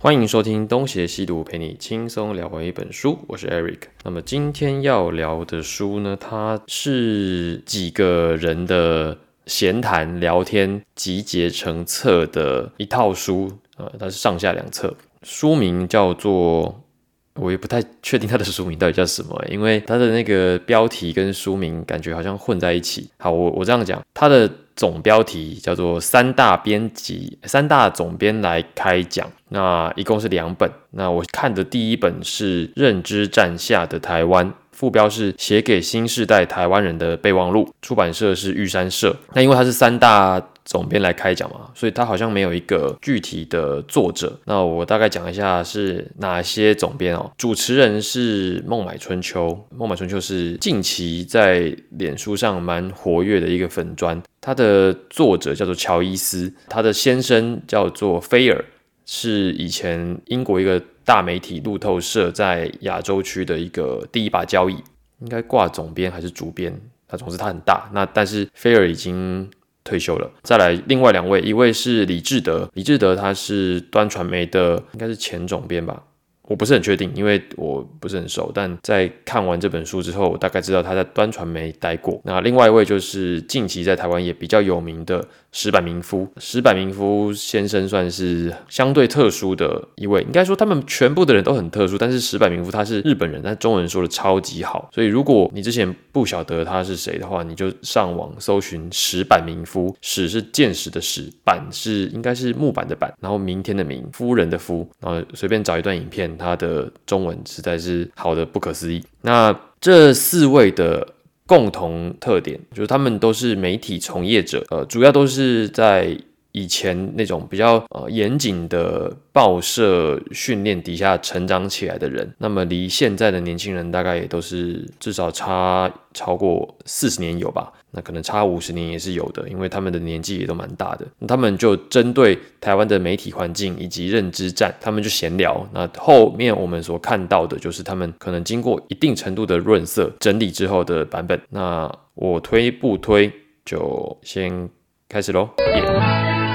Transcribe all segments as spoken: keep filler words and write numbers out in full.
欢迎收听东邪西毒，陪你轻松聊完一本书。我是 Eric。那么今天要聊的书呢，它是几个人的闲谈聊天集结成册的一套书，呃，它是上下两册。书名叫做，我也不太确定它的书名到底叫什么，因为它的那个标题跟书名感觉好像混在一起。好，我我这样讲，它的总标题叫做三大编辑、三大总编来开讲，那一共是两本。那我看的第一本是《认知战下的台湾》，副标是写给新世代台湾人的备忘录，出版社是玉山社。那因为它是三大总编来开讲嘛，所以它好像没有一个具体的作者。那我大概讲一下是哪些总编哦。主持人是孟买春秋，孟买春秋是近期在脸书上蛮活跃的一个粉专。他的作者叫做乔伊斯，他的先生叫做菲尔，是以前英国一个大媒体路透社在亚洲区的一个第一把交椅，应该挂总编还是主编，他总之他很大。那但是菲尔已经退休了。再来另外两位，一位是李志德，李志德他是端传媒的应该是前总编吧，我不是很确定，因为我不是很熟，但在看完这本书之后，我大概知道他在端传媒待过。那另外一位就是近期在台湾也比较有名的石坂明夫，石坂明夫先生算是相对特殊的一位，应该说他们全部的人都很特殊，但是石坂明夫他是日本人，但中文说的超级好，所以如果你之前不晓得他是谁的话，你就上网搜寻石坂明夫，石是见识的石，坂是应该是木板的板，然后明天的明，夫人的夫，然后随便找一段影片，他的中文实在是好的不可思议。那这四位的共同特点就是他们都是媒体从业者，呃，主要都是在以前那种比较呃严谨的报社训练底下成长起来的人，那么离现在的年轻人大概也都是至少差超过四十年有吧，那可能差五十年也是有的，因为他们的年纪也都蛮大的。他们就针对台湾的媒体环境以及认知战，他们就闲聊。那后面我们所看到的就是他们可能经过一定程度的润色整理之后的版本。那我推不推就先开始咯。Yeah。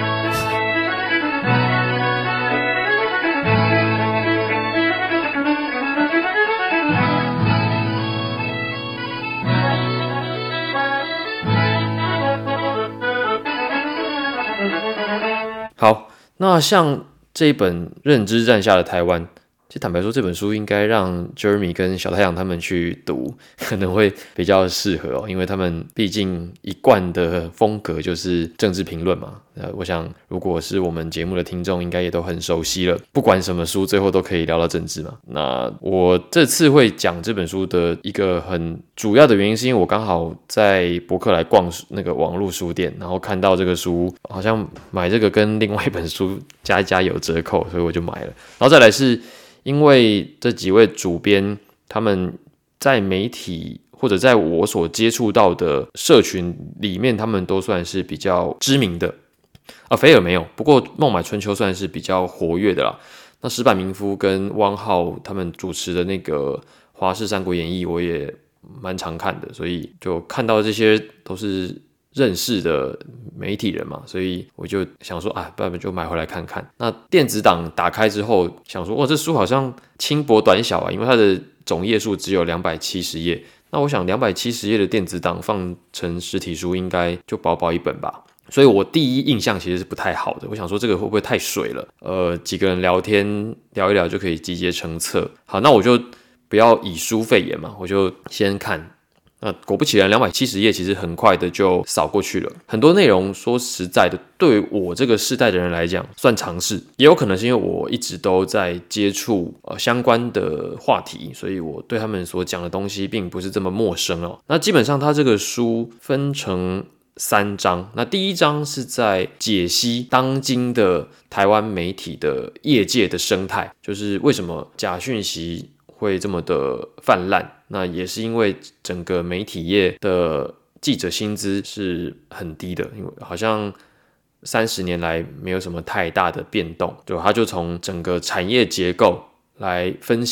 好，那像这一本《认知战下的台湾》，其实坦白说，这本书应该让 Jeremy 跟小太阳他们去读，可能会比较适合哦，因为他们毕竟一贯的风格就是政治评论嘛。呃，我想如果是我们节目的听众，应该也都很熟悉了。不管什么书，最后都可以聊到政治嘛。那我这次会讲这本书的一个很主要的原因，是因为我刚好在博客来逛那个网络书店，然后看到这个书，好像买这个跟另外一本书加一加有折扣，所以我就买了。然后再来是因为这几位主编他们在媒体或者在我所接触到的社群里面，他们都算是比较知名的。啊，菲尔没有，不过孟买春秋算是比较活跃的啦。那石坂明夫跟汪浩他们主持的那个华视三国演义，我也蛮常看的，所以就看到这些都是认识的媒体人嘛，所以我就想说啊，不然就买回来看看。那电子档打开之后，想说哇，这书好像轻薄短小啊，因为它的总页数只有两百七十页。那我想两百七十页的电子档放成实体书，应该就薄薄一本吧。所以我第一印象其实是不太好的，我想说这个会不会太水了？呃，几个人聊天聊一聊就可以集结成册。好，那我就不要以书废言嘛，我就先看。那果不其然，两百七十页其实很快的就扫过去了。很多内容说实在的，对我这个世代的人来讲算常识，也有可能是因为我一直都在接触、呃、相关的话题，所以我对他们所讲的东西并不是这么陌生哦。那基本上它这个书分成三章，那第一章是在解析当今的台湾媒体的业界的生态，就是为什么假讯息会这么的泛滥，那也是因为整个媒体业的记者薪资是很低的，因为好像三十年来没有什么太大的变动，就他就从整个产业结构来分析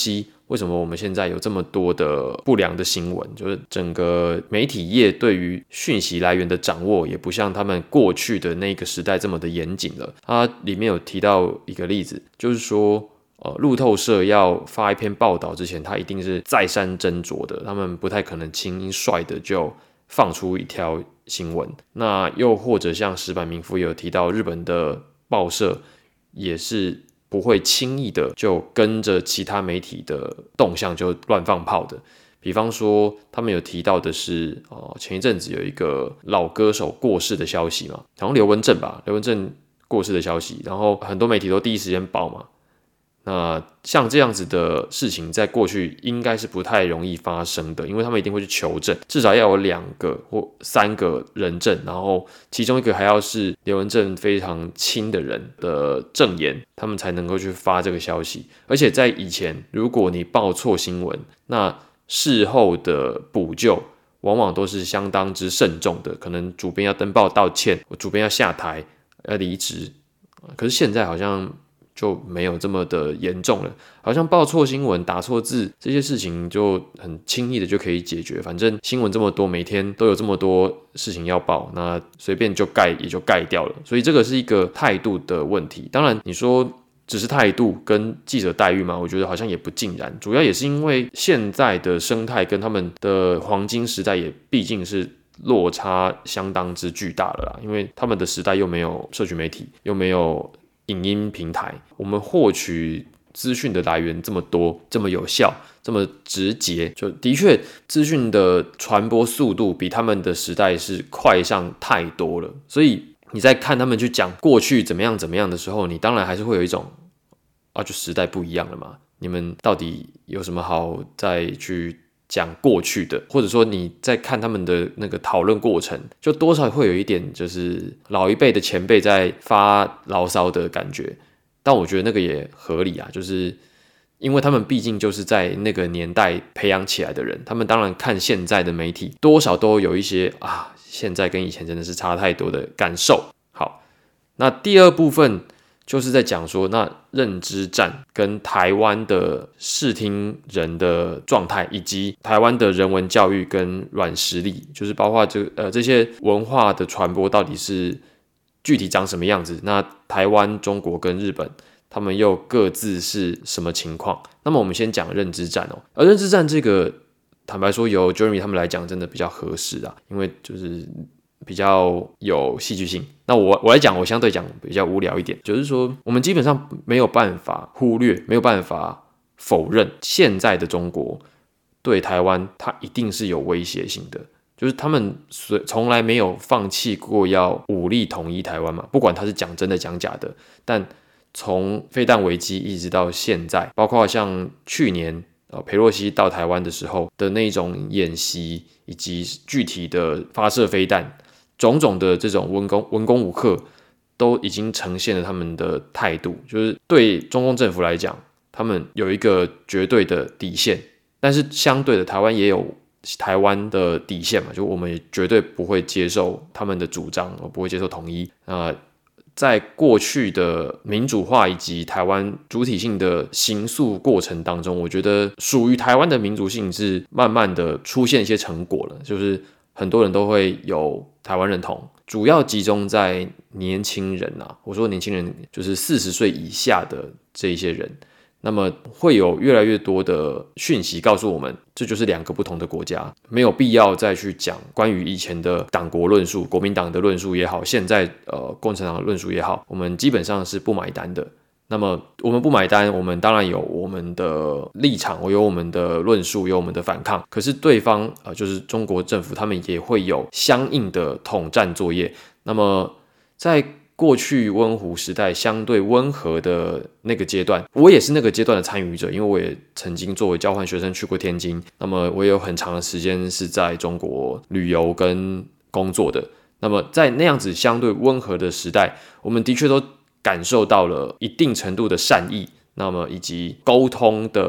为什么我们现在有这么多的不良的新闻，就是整个媒体业对于讯息来源的掌握也不像他们过去的那个时代这么的严谨了。它里面有提到一个例子，就是说呃，路透社要发一篇报道之前，他一定是再三斟酌的，他们不太可能轻率的就放出一条新闻。那又或者像石坂民夫也有提到，日本的报社也是不会轻易的就跟着其他媒体的动向就乱放炮的。比方说，他们有提到的是，呃，前一阵子有一个老歌手过世的消息嘛，好像刘文正吧，刘文正过世的消息，然后很多媒体都第一时间报嘛。那像这样子的事情，在过去应该是不太容易发生的，因为他们一定会去求证，至少要有两个或三个人证，然后其中一个还要是刘文正非常亲的人的证言，他们才能够去发这个消息。而且在以前，如果你报错新闻，那事后的补救往往都是相当之慎重的，可能主编要登报道歉，主编要下台，要离职。可是现在好像就没有这么的严重了，好像报错新闻、打错字这些事情就很轻易的就可以解决。反正新闻这么多，每天都有这么多事情要报，那随便就盖也就盖掉了。所以这个是一个态度的问题。当然，你说只是态度跟记者待遇嘛，我觉得好像也不尽然。主要也是因为现在的生态跟他们的黄金时代也毕竟是落差相当之巨大了啦，因为他们的时代又没有社群媒体，又没有影音平台，我们获取资讯的来源这么多，这么有效，这么直接，就的确资讯的传播速度比他们的时代是快上太多了。所以你在看他们去讲过去怎么样怎么样的时候，你当然还是会有一种啊，就时代不一样了嘛，你们到底有什么好再去讲过去的，或者说你在看他们的那个讨论过程，就多少会有一点就是老一辈的前辈在发牢骚的感觉。但我觉得那个也合理啊，就是因为他们毕竟就是在那个年代培养起来的人，他们当然看现在的媒体多少都有一些啊，现在跟以前真的是差太多的感受。好，那第二部分就是在讲说，那认知战跟台湾的视听人的状态，以及台湾的人文教育跟软实力，就是包括这呃这些文化的传播到底是具体长什么样子。那台湾、中国跟日本，他们又各自是什么情况？那么我们先讲认知战哦，而认知战这个，坦白说由 Jeremy 他们来讲，真的比较合适啊，因为就是比较有戏剧性。那我我来讲，我相对讲比较无聊一点，就是说我们基本上没有办法忽略，没有办法否认现在的中国对台湾，它一定是有威胁性的。就是他们从来没有放弃过要武力统一台湾嘛，不管他是讲真的讲假的。但从飞弹危机一直到现在，包括像去年呃裴洛西到台湾的时候的那种演习，以及具体的发射飞弹，种种的这种文攻文攻武吓，都已经呈现了他们的态度。就是对中共政府来讲，他们有一个绝对的底线，但是相对的，台湾也有台湾的底线嘛，就我们也绝对不会接受他们的主张，我不会接受统一。呃，在过去的民主化以及台湾主体性的形塑过程当中，我觉得属于台湾的民族性是慢慢的出现一些成果了，就是很多人都会有台湾认同，主要集中在年轻人啊。我说年轻人就是四十岁以下的这一些人。那么会有越来越多的讯息告诉我们，这就是两个不同的国家，没有必要再去讲关于以前的党国论述，国民党的论述也好，现在呃共产党的论述也好，我们基本上是不买单的。那么我们不买单，我们当然有我们的立场，有我们的论述，有我们的反抗。可是对方呃就是中国政府，他们也会有相应的统战作业。那么在过去温湖时代相对温和的那个阶段，我也是那个阶段的参与者，因为我也曾经作为交换学生去过天津，那么我也有很长的时间是在中国旅游跟工作的。那么在那样子相对温和的时代，我们的确都感受到了一定程度的善意，那么以及沟通的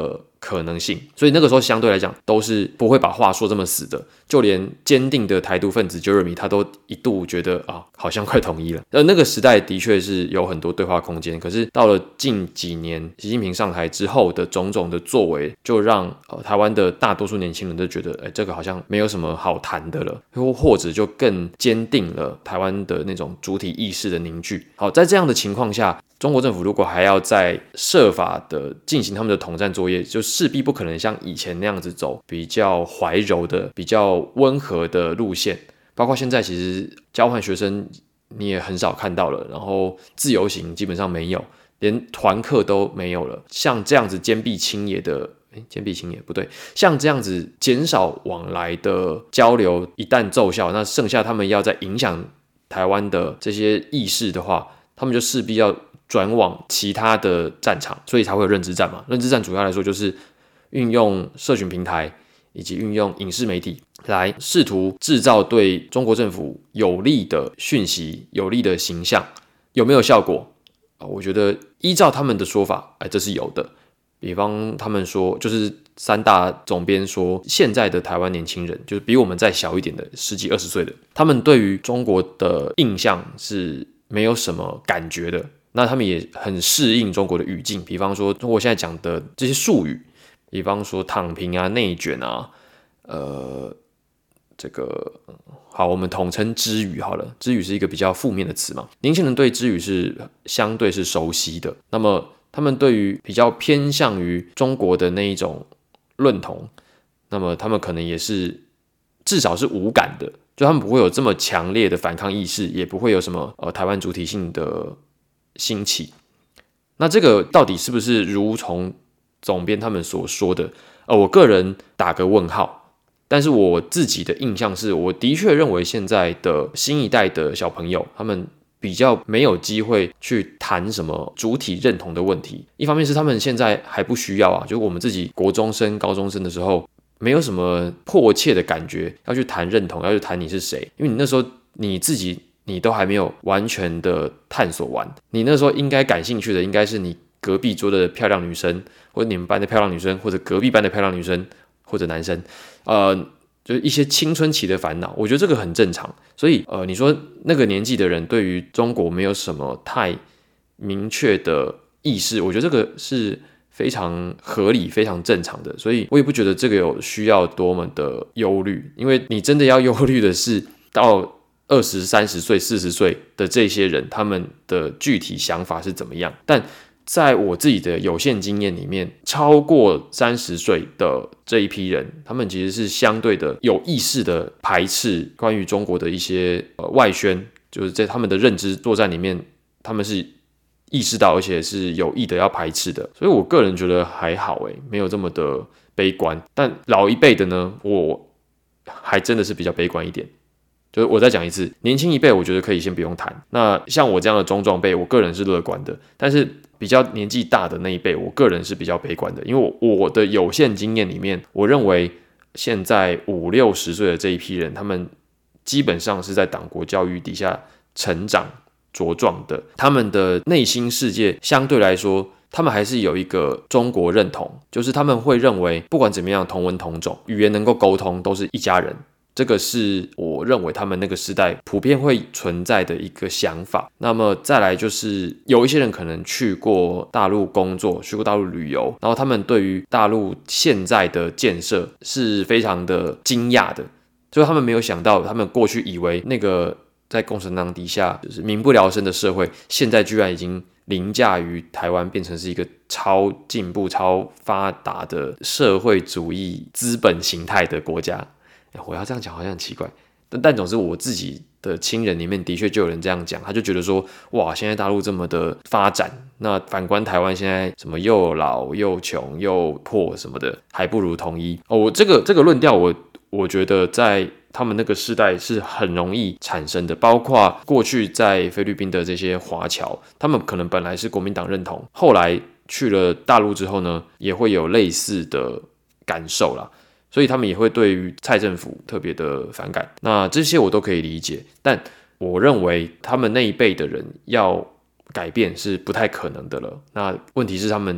可能性，所以那个时候相对来讲都是不会把话说这么死的，就连坚定的台独分子 Jeremy 他都一度觉得啊，好像快统一了。而那个时代的确是有很多对话空间，可是到了近几年习近平上台之后的种种的作为，就让、呃、台湾的大多数年轻人都觉得，哎，这个好像没有什么好谈的了，或或者就更坚定了台湾的那种主体意识的凝聚。好，在这样的情况下，中国政府如果还要再设法的进行他们的统战作业，就势必不可能像以前那样子走比较怀柔的、比较温和的路线。包括现在其实交换学生你也很少看到了，然后自由行基本上没有，连团课都没有了。像这样子坚壁清野的，诶，坚壁清野不对，像这样子减少往来的交流，一旦奏效，那剩下他们要再影响台湾的这些意识的话，他们就势必要转往其他的战场，所以才会有认知战嘛。认知战主要来说就是运用社群平台以及运用影视媒体来试图制造对中国政府有利的讯息、有利的形象，有没有效果？我觉得依照他们的说法，哎，这是有的。比方他们说，就是三大总编说，现在的台湾年轻人，就是比我们再小一点的十几二十岁的，他们对于中国的印象是没有什么感觉的。那他们也很适应中国的语境，比方说中国现在讲的这些术语，比方说躺平啊、内卷啊，呃，这个好，我们统称支语好了。支语是一个比较负面的词嘛，年轻人对支语是相对是熟悉的。那么他们对于比较偏向于中国的那一种论同，那么他们可能也是至少是无感的，就他们不会有这么强烈的反抗意识，也不会有什么呃台湾主体性的兴起。那这个到底是不是如从总编他们所说的？呃，我个人打个问号。但是我自己的印象是，我的确认为现在的新一代的小朋友，他们比较没有机会去谈什么主体认同的问题。一方面是他们现在还不需要啊，就是我们自己国中生、高中生的时候，没有什么迫切的感觉要去谈认同，要去谈你是谁，因为你那时候你自己你都还没有完全的探索完。你那时候应该感兴趣的，应该是你隔壁桌的漂亮女生，或者你们班的漂亮女生，或者隔壁班的漂亮女生。或者男生，呃，就是一些青春期的烦恼，我觉得这个很正常。所以，呃，你说那个年纪的人对于中国没有什么太明确的意识，我觉得这个是非常合理、非常正常的。所以我也不觉得这个有需要多么的忧虑，因为你真的要忧虑的是到二十、三十岁、四十岁的这些人，他们的具体想法是怎么样，但。在我自己的有限经验里面，超过三十岁的这一批人，他们其实是相对的有意识的排斥关于中国的一些、呃、外宣，就是在他们的认知作战里面，他们是意识到而且是有意的要排斥的。所以我个人觉得还好诶，没有这么的悲观。但老一辈的呢，我还真的是比较悲观一点。就是我再讲一次，年轻一辈我觉得可以先不用谈。那像我这样的中壮辈，我个人是乐观的，但是比较年纪大的那一辈，我个人是比较悲观的，因为 我, 我的有限经验里面，我认为现在五六十岁的这一批人，他们基本上是在党国教育底下成长茁壮的，他们的内心世界相对来说，他们还是有一个中国认同，就是他们会认为不管怎么样，同文同种，语言能够沟通，都是一家人。这个是我认为他们那个时代普遍会存在的一个想法。那么再来就是有一些人可能去过大陆工作，去过大陆旅游，然后他们对于大陆现在的建设是非常的惊讶的，就是他们没有想到，他们过去以为那个在共产党底下就是民不聊生的社会，现在居然已经凌驾于台湾，变成是一个超进步、超发达的社会主义资本形态的国家。我要这样讲好像很奇怪，但但总之我自己的亲人里面的确就有人这样讲，他就觉得说，哇，现在大陆这么的发展，那反观台湾现在什么又老又穷又破什么的，还不如统一。哦，我这个这个论调我，我我觉得在他们那个世代是很容易产生的，包括过去在菲律宾的这些华侨，他们可能本来是国民党认同，后来去了大陆之后呢，也会有类似的感受啦。所以他们也会对于蔡政府特别的反感，那这些我都可以理解，但我认为他们那一辈的人要改变是不太可能的了。那问题是他们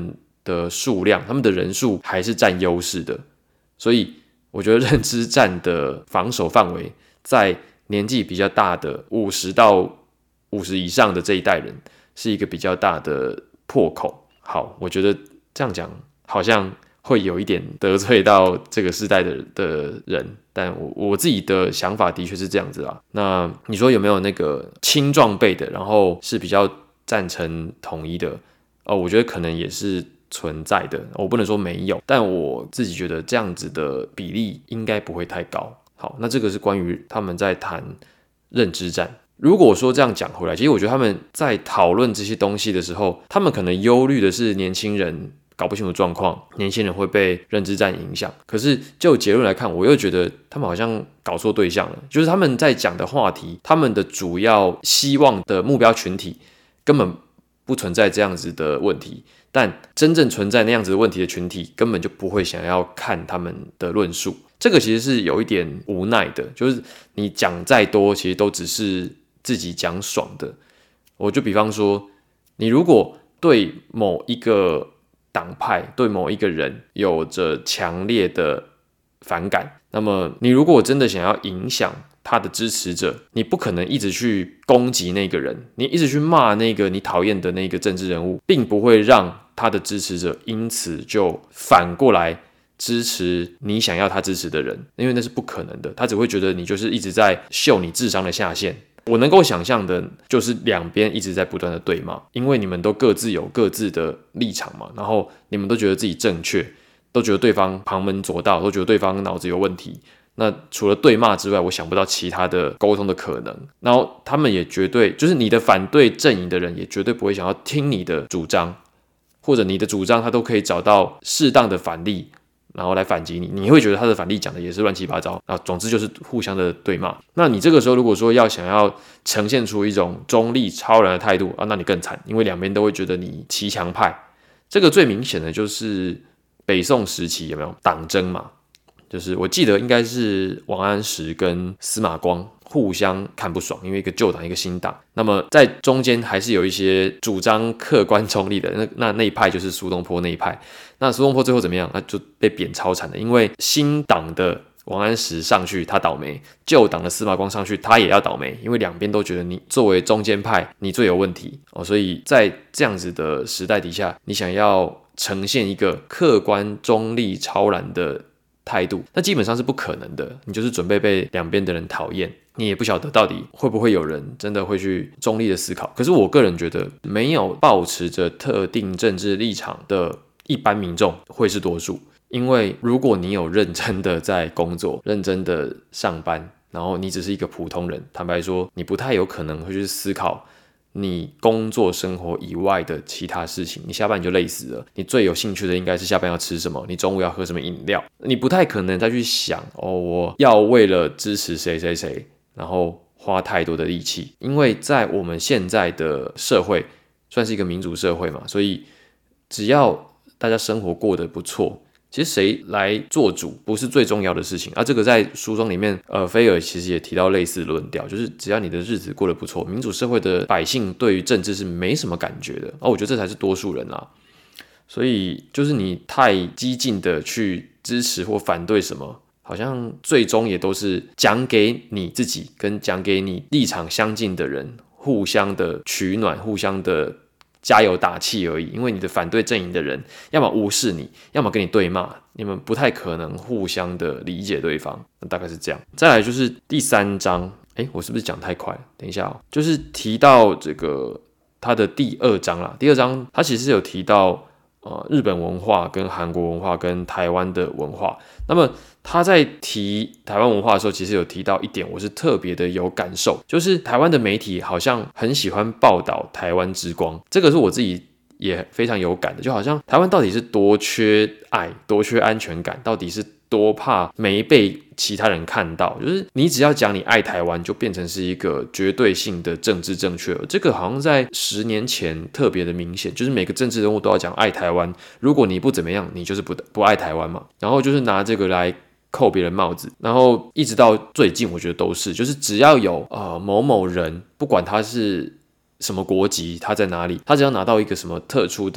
的数量，他们的人数还是占优势的，所以我觉得认知战的防守范围在年纪比较大的五十到五十以上的这一代人是一个比较大的破口。好，我觉得这样讲好像会有一点得罪到这个世代 的, 的人，但 我, 我自己的想法的确是这样子啦。那你说有没有那个青壮辈的，然后是比较赞成统一的？哦，我觉得可能也是存在的，我不能说没有，但我自己觉得这样子的比例应该不会太高。好，那这个是关于他们在谈认知战。如果说这样讲回来，其实我觉得他们在讨论这些东西的时候，他们可能忧虑的是年轻人搞不清楚状况，年轻人会被认知战影响。可是就结论来看，我又觉得他们好像搞错对象了，就是他们在讲的话题，他们的主要希望的目标群体根本不存在这样子的问题，但真正存在那样子的问题的群体根本就不会想要看他们的论述。这个其实是有一点无奈的，就是你讲再多其实都只是自己讲爽的。我就比方说，你如果对某一个党派对某一个人有着强烈的反感，那么你如果真的想要影响他的支持者，你不可能一直去攻击那个人，你一直去骂那个你讨厌的那个政治人物，并不会让他的支持者因此就反过来支持你想要他支持的人，因为那是不可能的。他只会觉得你就是一直在秀你智商的下限。我能够想象的就是两边一直在不断的对骂，因为你们都各自有各自的立场嘛，然后你们都觉得自己正确，都觉得对方旁门左道，都觉得对方脑子有问题。那除了对骂之外，我想不到其他的沟通的可能。然后他们也绝对就是你的反对阵营的人也绝对不会想要听你的主张，或者你的主张他都可以找到适当的反例然后来反击你，你会觉得他的反例讲的也是乱七八糟啊。总之就是互相的对骂。那你这个时候如果说要想要呈现出一种中立超然的态度啊，那你更惨，因为两边都会觉得你骑墙派。这个最明显的就是北宋时期有没有党争嘛？就是我记得应该是王安石跟司马光互相看不爽，因为一个旧党一个新党。那么在中间还是有一些主张客观中立的，那那那一派就是苏东坡那一派。那苏东坡最后怎么样？他就被贬超惨的，因为新党的王安石上去他倒霉，旧党的司马光上去他也要倒霉，因为两边都觉得你作为中间派你最有问题哦。所以在这样子的时代底下，你想要呈现一个客观中立超然的态度，那基本上是不可能的。你就是准备被两边的人讨厌，你也不晓得到底会不会有人真的会去中立的思考。可是我个人觉得，没有抱持着特定政治立场的一般民众会是多数。因为如果你有认真的在工作，认真的上班，然后你只是一个普通人，坦白说，你不太有可能会去思考你工作生活以外的其他事情。你下班你就累死了，你最有兴趣的应该是下班要吃什么，你中午要喝什么饮料，你不太可能再去想哦，我要为了支持谁谁谁然后花太多的力气。因为在我们现在的社会算是一个民主社会嘛，所以只要大家生活过得不错，其实谁来做主不是最重要的事情啊。这个在书中里面，呃，菲尔其实也提到类似的论调，就是只要你的日子过得不错，民主社会的百姓对于政治是没什么感觉的。哦，我觉得这才是多数人啦。所以就是你太激进的去支持或反对什么，好像最终也都是讲给你自己跟讲给你立场相近的人互相的取暖，互相的加油打气而已。因为你的反对阵营的人要么无视你，要么跟你对骂，你们不太可能互相的理解对方，大概是这样。再来就是第三章，诶，我是不是讲太快了？等一下哦，就是提到这个它的第二章啦。第二章它其实有提到呃日本文化跟韩国文化跟台湾的文化。那么他在提台湾文化的时候，其实有提到一点，我是特别的有感受，就是台湾的媒体好像很喜欢报道台湾之光，这个是我自己也非常有感的。就好像台湾到底是多缺爱，多缺安全感，到底是多怕没被其他人看到，就是你只要讲你爱台湾，就变成是一个绝对性的政治正确。这个好像在十年前特别的明显，就是每个政治人物都要讲爱台湾，如果你不怎么样，你就是不不爱台湾嘛。然后就是拿这个来扣别人帽子，然后一直到最近，我觉得都是，就是只要有呃某某人，不管他是什么国籍，他在哪里，他只要拿到一个什么特殊的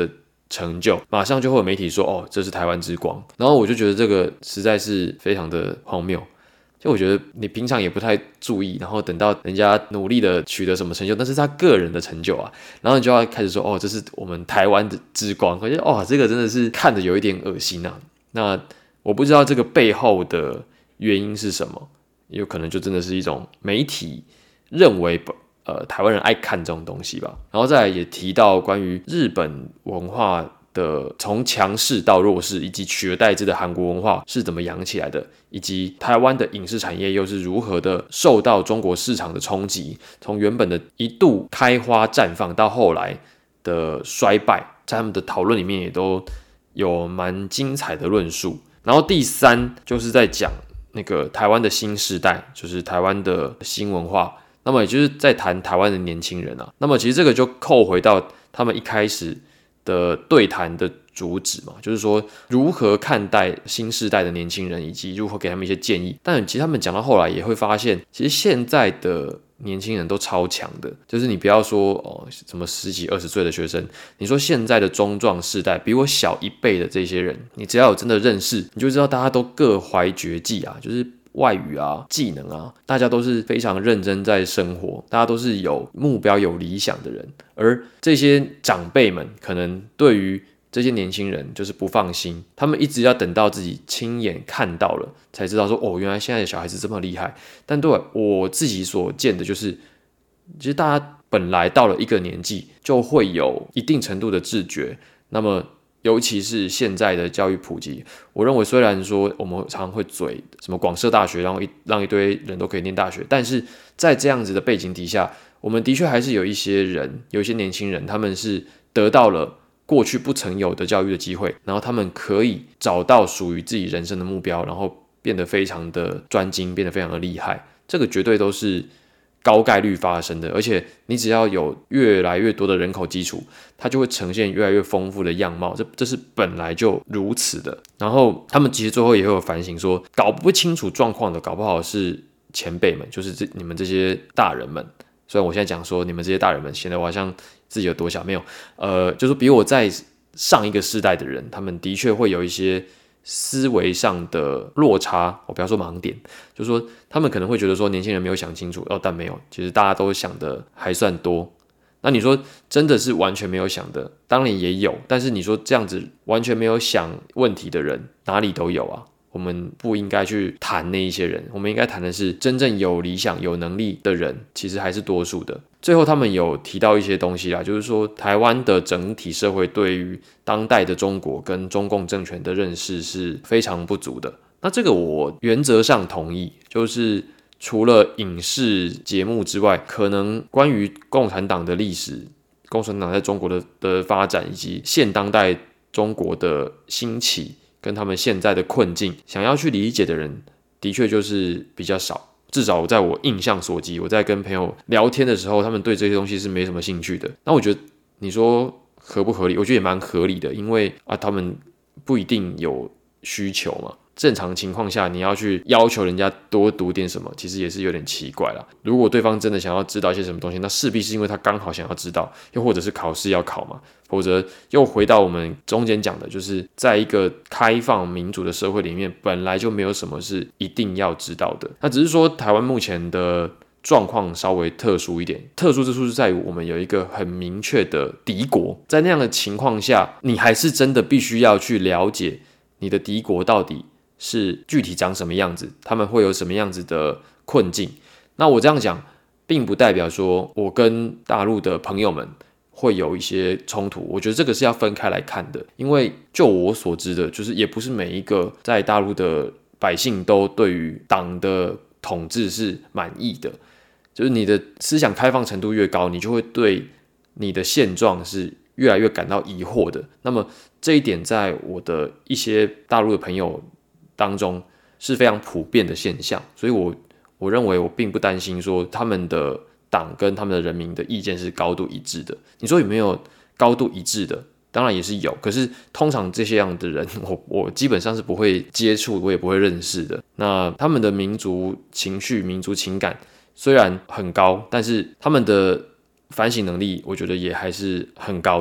成就，马上就会有媒体说哦，这是台湾之光，然后我就觉得这个实在是非常的荒谬。就我觉得你平常也不太注意，然后等到人家努力的取得什么成就，那是他个人的成就啊，然后你就要开始说哦，这是我们台湾的之光，我觉得哦，这个真的是看着有一点恶心啊。那我不知道这个背后的原因是什么，有可能就真的是一种媒体认为呃台湾人爱看这种东西吧。然后再来也提到关于日本文化的从强势到弱势，以及取而代之的韩国文化是怎么养起来的，以及台湾的影视产业又是如何的受到中国市场的冲击，从原本的一度开花绽放到后来的衰败，在他们的讨论里面也都有蛮精彩的论述。然后第三就是在讲那个台湾的新世代，就是台湾的新文化，那么也就是在谈台湾的年轻人啊。那么其实这个就扣回到他们一开始的对谈的主旨嘛，就是说如何看待新世代的年轻人，以及如何给他们一些建议。但其实他们讲到后来也会发现，其实现在的年轻人都超强的，就是你不要说哦什么十几二十岁的学生，你说现在的中壮世代，比我小一辈的这些人，你只要有真的认识，你就知道大家都各怀绝技啊，就是外语啊、技能啊，大家都是非常认真在生活，大家都是有目标、有理想的人。而这些长辈们可能对于这些年轻人就是不放心，他们一直要等到自己亲眼看到了，才知道说哦，原来现在的小孩子这么厉害。但对我自己所见的就是，其实大家本来到了一个年纪，就会有一定程度的自觉。那么尤其是现在的教育普及，我认为虽然说我们常常会嘴什么广设大学，然后一让一堆人都可以念大学，但是在这样子的背景底下，我们的确还是有一些人，有一些年轻人，他们是得到了过去不曾有的教育的机会，然后他们可以找到属于自己人生的目标，然后变得非常的专精，变得非常的厉害。这个绝对都是高概率发生的，而且你只要有越来越多的人口基础，它就会呈现越来越丰富的样貌，这这是本来就如此的。然后他们其实最后也会有反省说，搞不清楚状况的，搞不好是前辈们，就是这你们这些大人们。虽然我现在讲说你们这些大人们显得我好像自己有多小，没有，呃，就是比我在上一个世代的人，他们的确会有一些思维上的落差，我不要说盲点，就是说他们可能会觉得说年轻人没有想清楚，哦，但没有，其实大家都想的还算多。那你说真的是完全没有想的，当然也有，但是你说这样子完全没有想问题的人，哪里都有啊。我们不应该去谈那一些人，我们应该谈的是真正有理想、有能力的人，其实还是多数的。最后他们有提到一些东西啦，就是说台湾的整体社会对于当代的中国跟中共政权的认识是非常不足的。那这个我原则上同意，就是除了影视节目之外，可能关于共产党的历史、共产党在中国 的, 的发展，以及现当代中国的兴起跟他们现在的困境，想要去理解的人的确就是比较少。至少在我印象所及，我在跟朋友聊天的时候，他们对这些东西是没什么兴趣的。那我觉得你说合不合理？我觉得也蛮合理的，因为啊，他们不一定有需求嘛。正常情况下，你要去要求人家多读点什么，其实也是有点奇怪啦。如果对方真的想要知道一些什么东西，那势必是因为他刚好想要知道，又或者是考试要考嘛。否则又回到我们中间讲的，就是在一个开放民主的社会里面，本来就没有什么是一定要知道的。那只是说台湾目前的状况稍微特殊一点，特殊之处是在于我们有一个很明确的敌国，在那样的情况下，你还是真的必须要去了解你的敌国到底是具体长什么样子，他们会有什么样子的困境。那我这样讲并不代表说我跟大陆的朋友们会有一些冲突，我觉得这个是要分开来看的。因为就我所知的，就是也不是每一个在大陆的百姓都对于党的统治是满意的，就是你的思想开放程度越高，你就会对你的现状是越来越感到疑惑的。那么这一点在我的一些大陆的朋友当中是非常普遍的现象，所以我我认为我并不担心说他们的党跟他们的人民的意见是高度一致的。你说有没有高度一致的？当然也是有，可是通常这些样的人，我我基本上是不会接触，我也不会认识的。那他们的民族情绪、民族情感虽然很高，但是他们的反省能力，我觉得也还是很高的。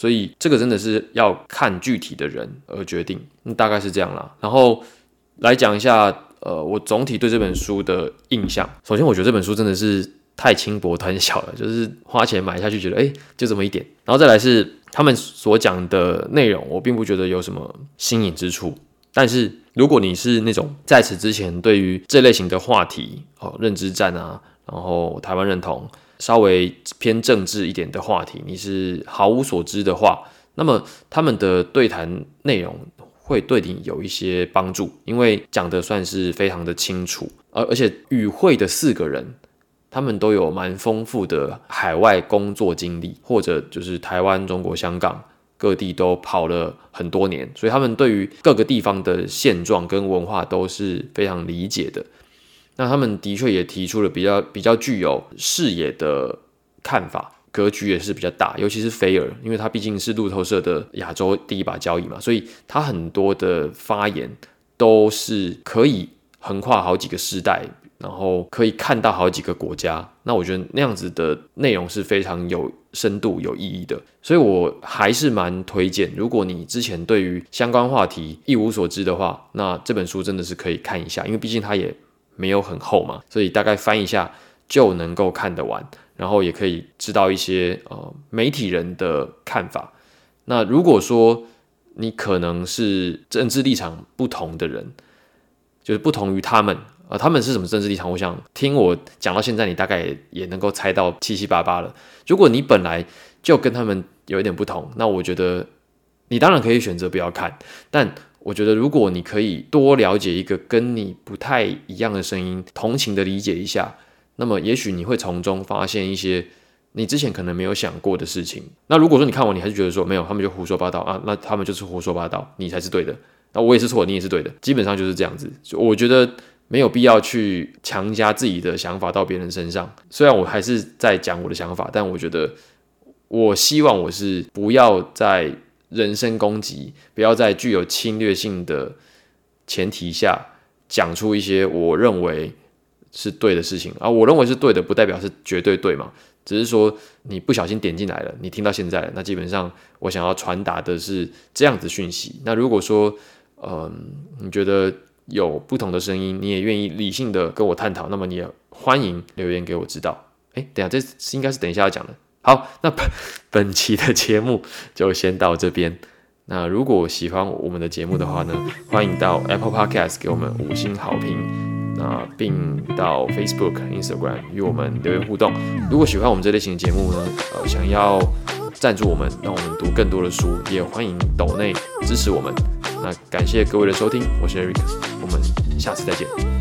所以这个真的是要看具体的人而决定，嗯、大概是这样啦。然后来讲一下，呃，我总体对这本书的印象。首先，我觉得这本书真的是太轻薄短小了，就是花钱买下去，觉得哎、欸，就这么一点。然后再来是他们所讲的内容，我并不觉得有什么新颖之处。但是如果你是那种在此之前对于这类型的话题，哦，认知战啊，然后台湾认同，稍微偏政治一点的话题，你是毫无所知的话，那么他们的对谈内容会对你有一些帮助，因为讲的算是非常的清楚，而而且与会的四个人，他们都有蛮丰富的海外工作经历，或者就是台湾、中国、香港各地都跑了很多年，所以他们对于各个地方的现状跟文化都是非常理解的。那他们的确也提出了比较比较具有视野的看法，格局也是比较大，尤其是菲尔，因为他毕竟是路透社的亚洲第一把交椅嘛，所以他很多的发言都是可以横跨好几个世代，然后可以看到好几个国家。那我觉得那样子的内容是非常有深度、有意义的，所以我还是蛮推荐。如果你之前对于相关话题一无所知的话，那这本书真的是可以看一下，因为毕竟它也没有很厚嘛，所以大概翻一下就能够看得完，然后也可以知道一些呃媒体人的看法。那如果说你可能是政治立场不同的人，就是不同于他们，呃，他们是什么政治立场？我想听我讲到现在，你大概 也, 也能够猜到七七八八了。如果你本来就跟他们有一点不同，那我觉得你当然可以选择不要看，但我觉得如果你可以多了解一个跟你不太一样的声音，同情的理解一下，那么也许你会从中发现一些你之前可能没有想过的事情。那如果说你看完你还是觉得说没有，他们就胡说八道啊，那他们就是胡说八道，你才是对的，那我也是错，你也是对的，基本上就是这样子。我觉得没有必要去强加自己的想法到别人身上，虽然我还是在讲我的想法，但我觉得我希望我是不要在人身攻击，不要在具有侵略性的前提下讲出一些我认为是对的事情啊。我认为是对的，不代表是绝对对嘛，只是说你不小心点进来了，你听到现在了，那基本上我想要传达的是这样子讯息。那如果说，嗯，你觉得有不同的声音，你也愿意理性的跟我探讨，那么你也欢迎留言给我知道。哎，等一下，这应该是等一下要讲的。好，那本本期的节目就先到这边。那如果喜欢我们的节目的话呢，欢迎到 Apple Podcast 给我们五星好评，那并到 Facebook、Instagram 与我们留言互动。如果喜欢我们这类型的节目呢，呃，想要赞助我们，让我们读更多的书，也欢迎抖内支持我们。那感谢各位的收听，我是 Eric， 我们下次再见。